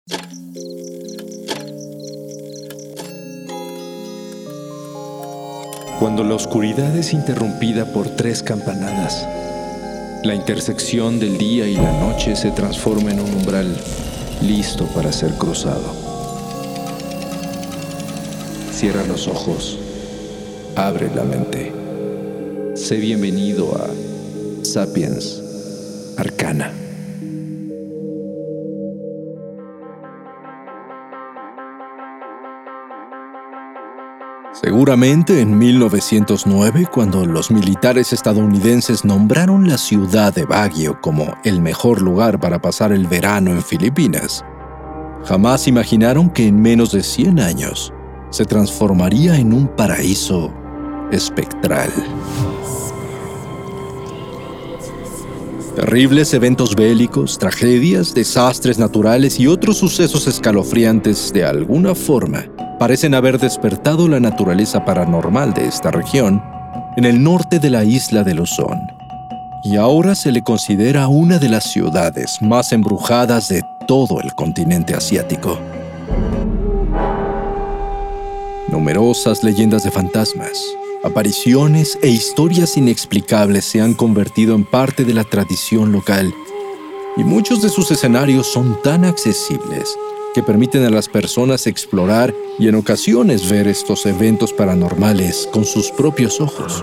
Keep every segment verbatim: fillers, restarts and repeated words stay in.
Cuando la oscuridad es interrumpida por tres campanadas, la intersección del día y la noche se transforma en un umbral listo para ser cruzado. Cierra los ojos, abre la mente. Sé bienvenido a Sapiens Arcana. Seguramente en mil novecientos nueve, cuando los militares estadounidenses nombraron la ciudad de Baguio como el mejor lugar para pasar el verano en Filipinas, jamás imaginaron que en menos de cien años se transformaría en un paraíso espectral. Terribles eventos bélicos, tragedias, desastres naturales y otros sucesos escalofriantes de alguna forma parecen haber despertado la naturaleza paranormal de esta región en el norte de la isla de Luzón. Y ahora se le considera una de las ciudades más embrujadas de todo el continente asiático. Numerosas leyendas de fantasmas, apariciones e historias inexplicables se han convertido en parte de la tradición local, y muchos de sus escenarios son tan accesibles que permiten a las personas explorar y en ocasiones ver estos eventos paranormales con sus propios ojos.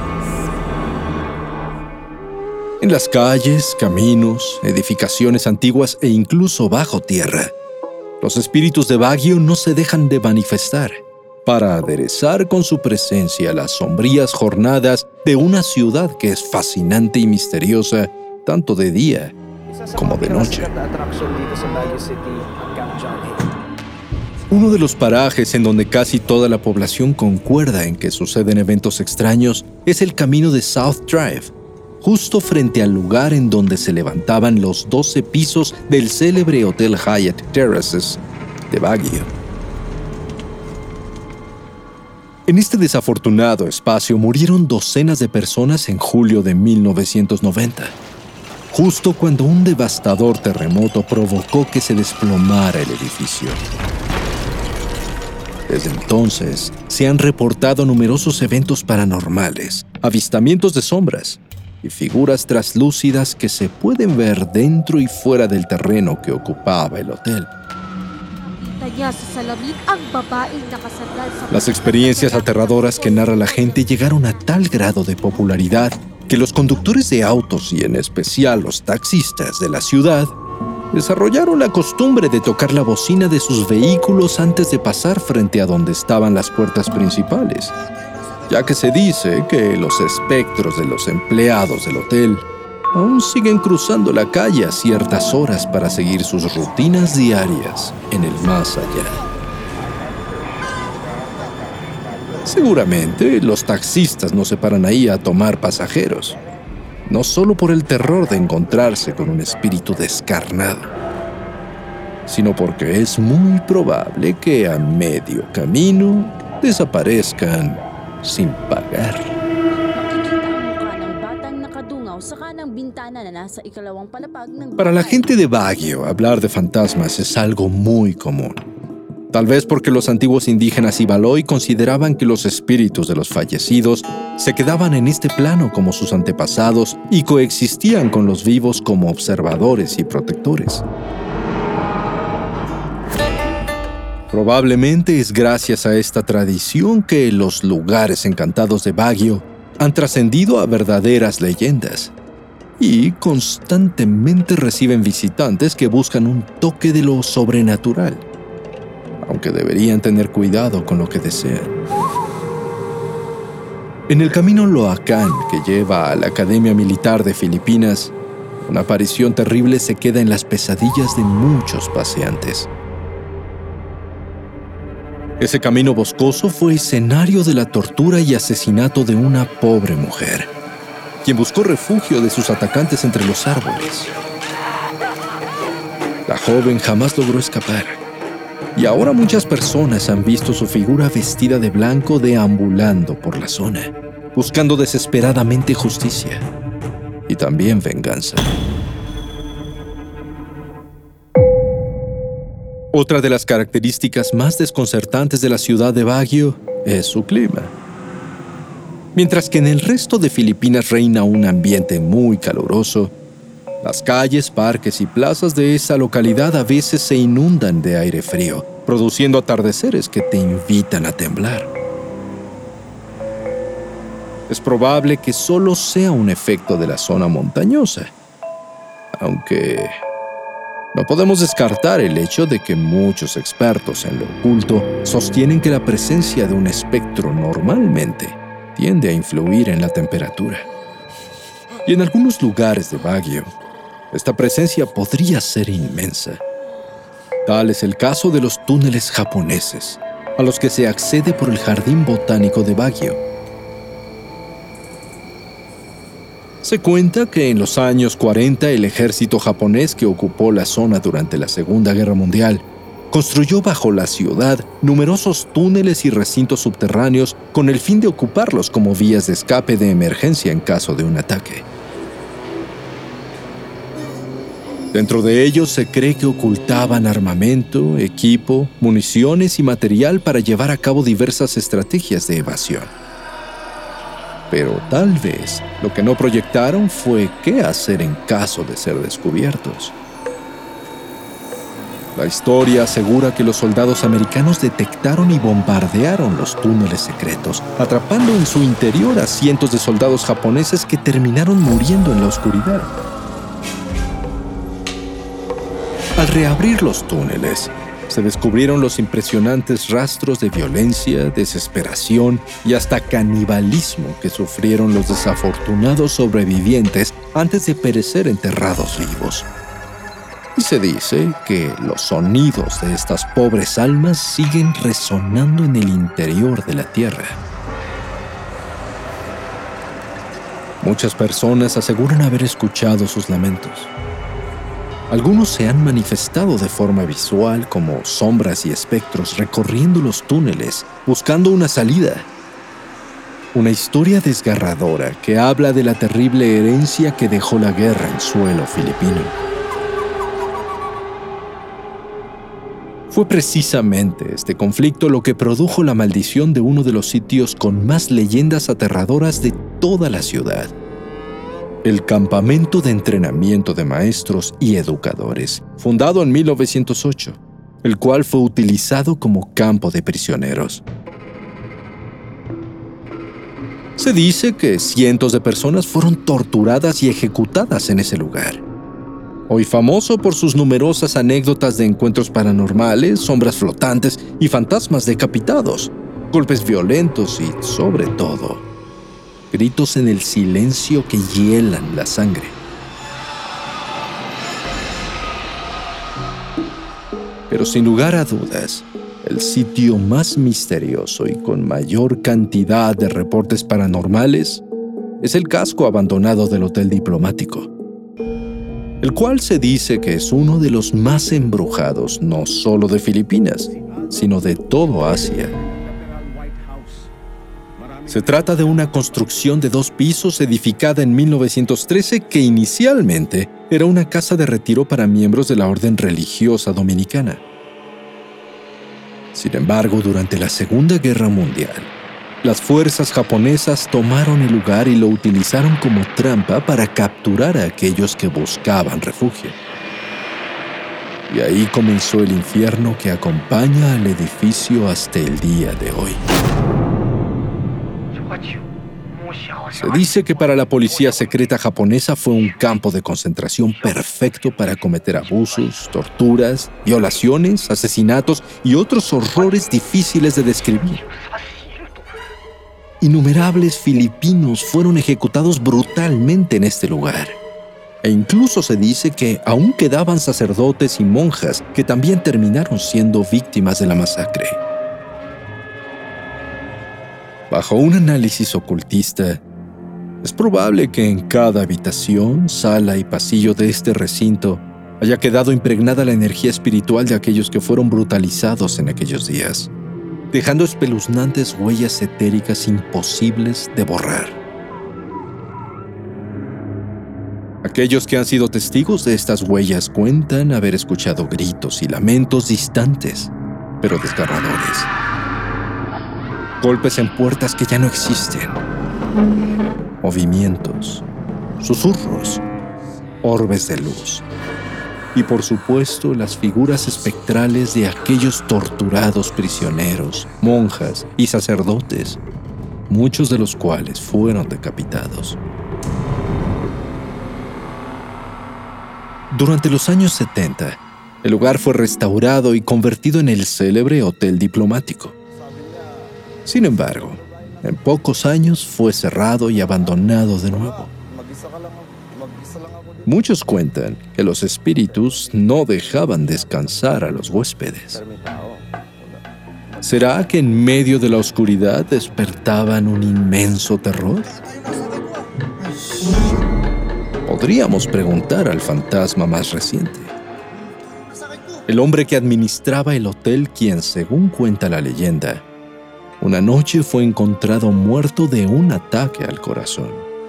En las calles, caminos, edificaciones antiguas e incluso bajo tierra, los espíritus de Baguio no se dejan de manifestar para aderezar con su presencia las sombrías jornadas de una ciudad que es fascinante y misteriosa tanto de día como de noche. Uno de los parajes en donde casi toda la población concuerda en que suceden eventos extraños es el camino de South Drive, justo frente al lugar en donde se levantaban los doce pisos del célebre Hotel Hyatt Terraces de Baguio. En este desafortunado espacio murieron docenas de personas en julio de mil novecientos noventa, justo cuando un devastador terremoto provocó que se desplomara el edificio. Desde entonces, se han reportado numerosos eventos paranormales, avistamientos de sombras y figuras traslúcidas que se pueden ver dentro y fuera del terreno que ocupaba el hotel. Las experiencias aterradoras que narra la gente llegaron a tal grado de popularidad que los conductores de autos y en especial los taxistas de la ciudad desarrollaron la costumbre de tocar la bocina de sus vehículos antes de pasar frente a donde estaban las puertas principales, ya que se dice que los espectros de los empleados del hotel aún siguen cruzando la calle a ciertas horas para seguir sus rutinas diarias en el más allá. Seguramente los taxistas no se paran ahí a tomar pasajeros, no solo por el terror de encontrarse con un espíritu descarnado, sino porque es muy probable que a medio camino desaparezcan sin pagar. Para la gente de Baguio, hablar de fantasmas es algo muy común. Tal vez porque los antiguos indígenas Ibaloi consideraban que los espíritus de los fallecidos se quedaban en este plano como sus antepasados y coexistían con los vivos como observadores y protectores. Probablemente es gracias a esta tradición que los lugares encantados de Baguio han trascendido a verdaderas leyendas y constantemente reciben visitantes que buscan un toque de lo sobrenatural, aunque deberían tener cuidado con lo que desean. En el camino Loacán que lleva a la Academia Militar de Filipinas, una aparición terrible se queda en las pesadillas de muchos paseantes. Ese camino boscoso fue escenario de la tortura y asesinato de una pobre mujer, quien buscó refugio de sus atacantes entre los árboles. La joven jamás logró escapar, y ahora muchas personas han visto su figura vestida de blanco deambulando por la zona, buscando desesperadamente justicia y también venganza. Otra de las características más desconcertantes de la ciudad de Baguio es su clima. Mientras que en el resto de Filipinas reina un ambiente muy caluroso, las calles, parques y plazas de esa localidad a veces se inundan de aire frío, produciendo atardeceres que te invitan a temblar. Es probable que solo sea un efecto de la zona montañosa, aunque no podemos descartar el hecho de que muchos expertos en lo oculto sostienen que la presencia de un espectro normalmente tiende a influir en la temperatura. Y en algunos lugares de Baguio, esta presencia podría ser inmensa. Tal es el caso de los túneles japoneses, a los que se accede por el Jardín Botánico de Baguio. Se cuenta que en los años cuarenta el ejército japonés que ocupó la zona durante la Segunda Guerra Mundial construyó bajo la ciudad numerosos túneles y recintos subterráneos con el fin de ocuparlos como vías de escape de emergencia en caso de un ataque. Dentro de ellos se cree que ocultaban armamento, equipo, municiones y material para llevar a cabo diversas estrategias de evasión. Pero tal vez lo que no proyectaron fue qué hacer en caso de ser descubiertos. La historia asegura que los soldados americanos detectaron y bombardearon los túneles secretos, atrapando en su interior a cientos de soldados japoneses que terminaron muriendo en la oscuridad. Al reabrir los túneles, se descubrieron los impresionantes rastros de violencia, desesperación y hasta canibalismo que sufrieron los desafortunados sobrevivientes antes de perecer enterrados vivos. Y se dice que los sonidos de estas pobres almas siguen resonando en el interior de la tierra. Muchas personas aseguran haber escuchado sus lamentos. Algunos se han manifestado de forma visual como sombras y espectros recorriendo los túneles, buscando una salida. Una historia desgarradora que habla de la terrible herencia que dejó la guerra en suelo filipino. Fue precisamente este conflicto lo que produjo la maldición de uno de los sitios con más leyendas aterradoras de toda la ciudad. El Campamento de Entrenamiento de Maestros y Educadores, fundado en mil novecientos ocho, el cual fue utilizado como campo de prisioneros. Se dice que cientos de personas fueron torturadas y ejecutadas en ese lugar. Hoy famoso por sus numerosas anécdotas de encuentros paranormales, sombras flotantes y fantasmas decapitados, golpes violentos y, sobre todo, gritos en el silencio que hielan la sangre. Pero sin lugar a dudas, el sitio más misterioso y con mayor cantidad de reportes paranormales es el casco abandonado del Hotel Diplomático, el cual se dice que es uno de los más embrujados no solo de Filipinas, sino de todo Asia. Se trata de una construcción de dos pisos edificada en mil novecientos trece que inicialmente era una casa de retiro para miembros de la orden religiosa dominicana. Sin embargo, durante la Segunda Guerra Mundial, las fuerzas japonesas tomaron el lugar y lo utilizaron como trampa para capturar a aquellos que buscaban refugio. Y ahí comenzó el infierno que acompaña al edificio hasta el día de hoy. Se dice que para la policía secreta japonesa fue un campo de concentración perfecto para cometer abusos, torturas, violaciones, asesinatos y otros horrores difíciles de describir. Innumerables filipinos fueron ejecutados brutalmente en este lugar. E incluso se dice que aún quedaban sacerdotes y monjas que también terminaron siendo víctimas de la masacre. Bajo un análisis ocultista, es probable que en cada habitación, sala y pasillo de este recinto haya quedado impregnada la energía espiritual de aquellos que fueron brutalizados en aquellos días, dejando espeluznantes huellas etéricas imposibles de borrar. Aquellos que han sido testigos de estas huellas cuentan haber escuchado gritos y lamentos distantes, pero desgarradores. Golpes en puertas que ya no existen. Movimientos, susurros, orbes de luz. Y por supuesto, las figuras espectrales de aquellos torturados prisioneros, monjas y sacerdotes, muchos de los cuales fueron decapitados. Durante los años setenta, el lugar fue restaurado y convertido en el célebre Hotel Diplomático. Sin embargo, en pocos años fue cerrado y abandonado de nuevo. Muchos cuentan que los espíritus no dejaban descansar a los huéspedes. ¿Será que en medio de la oscuridad despertaban un inmenso terror? Podríamos preguntar al fantasma más reciente. El hombre que administraba el hotel, quien, según cuenta la leyenda, una noche fue encontrado muerto de un ataque al corazón.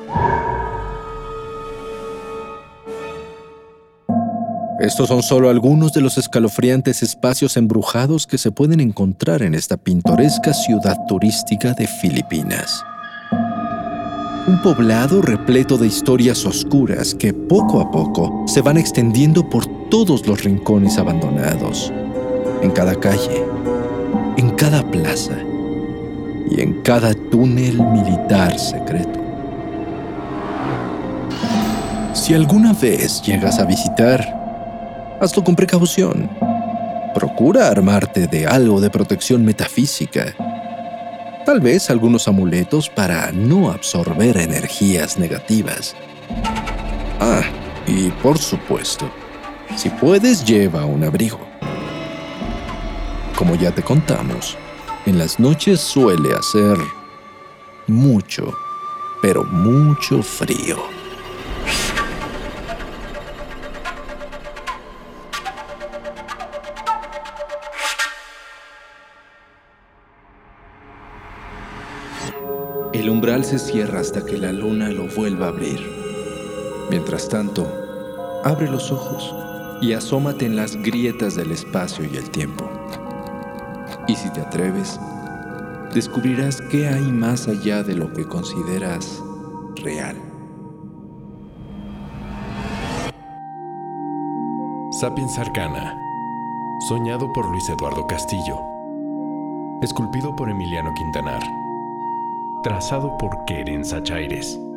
Estos son solo algunos de los escalofriantes espacios embrujados que se pueden encontrar en esta pintoresca ciudad turística de Filipinas. Un poblado repleto de historias oscuras que poco a poco se van extendiendo por todos los rincones abandonados, en cada calle, en cada plaza y en cada túnel militar secreto. Si alguna vez llegas a visitar, hazlo con precaución. Procura armarte de algo de protección metafísica. Tal vez algunos amuletos para no absorber energías negativas. Ah, y por supuesto, si puedes, lleva un abrigo. Como ya te contamos, en las noches suele hacer mucho, pero mucho frío. El umbral se cierra hasta que la luna lo vuelva a abrir. Mientras tanto, abre los ojos y asómate en las grietas del espacio y el tiempo. Y si te atreves, descubrirás qué hay más allá de lo que consideras real. Sapiens Arcana, soñado por Luis Eduardo Castillo, esculpido por Emiliano Quintanar, trazado por Keren Sachaires.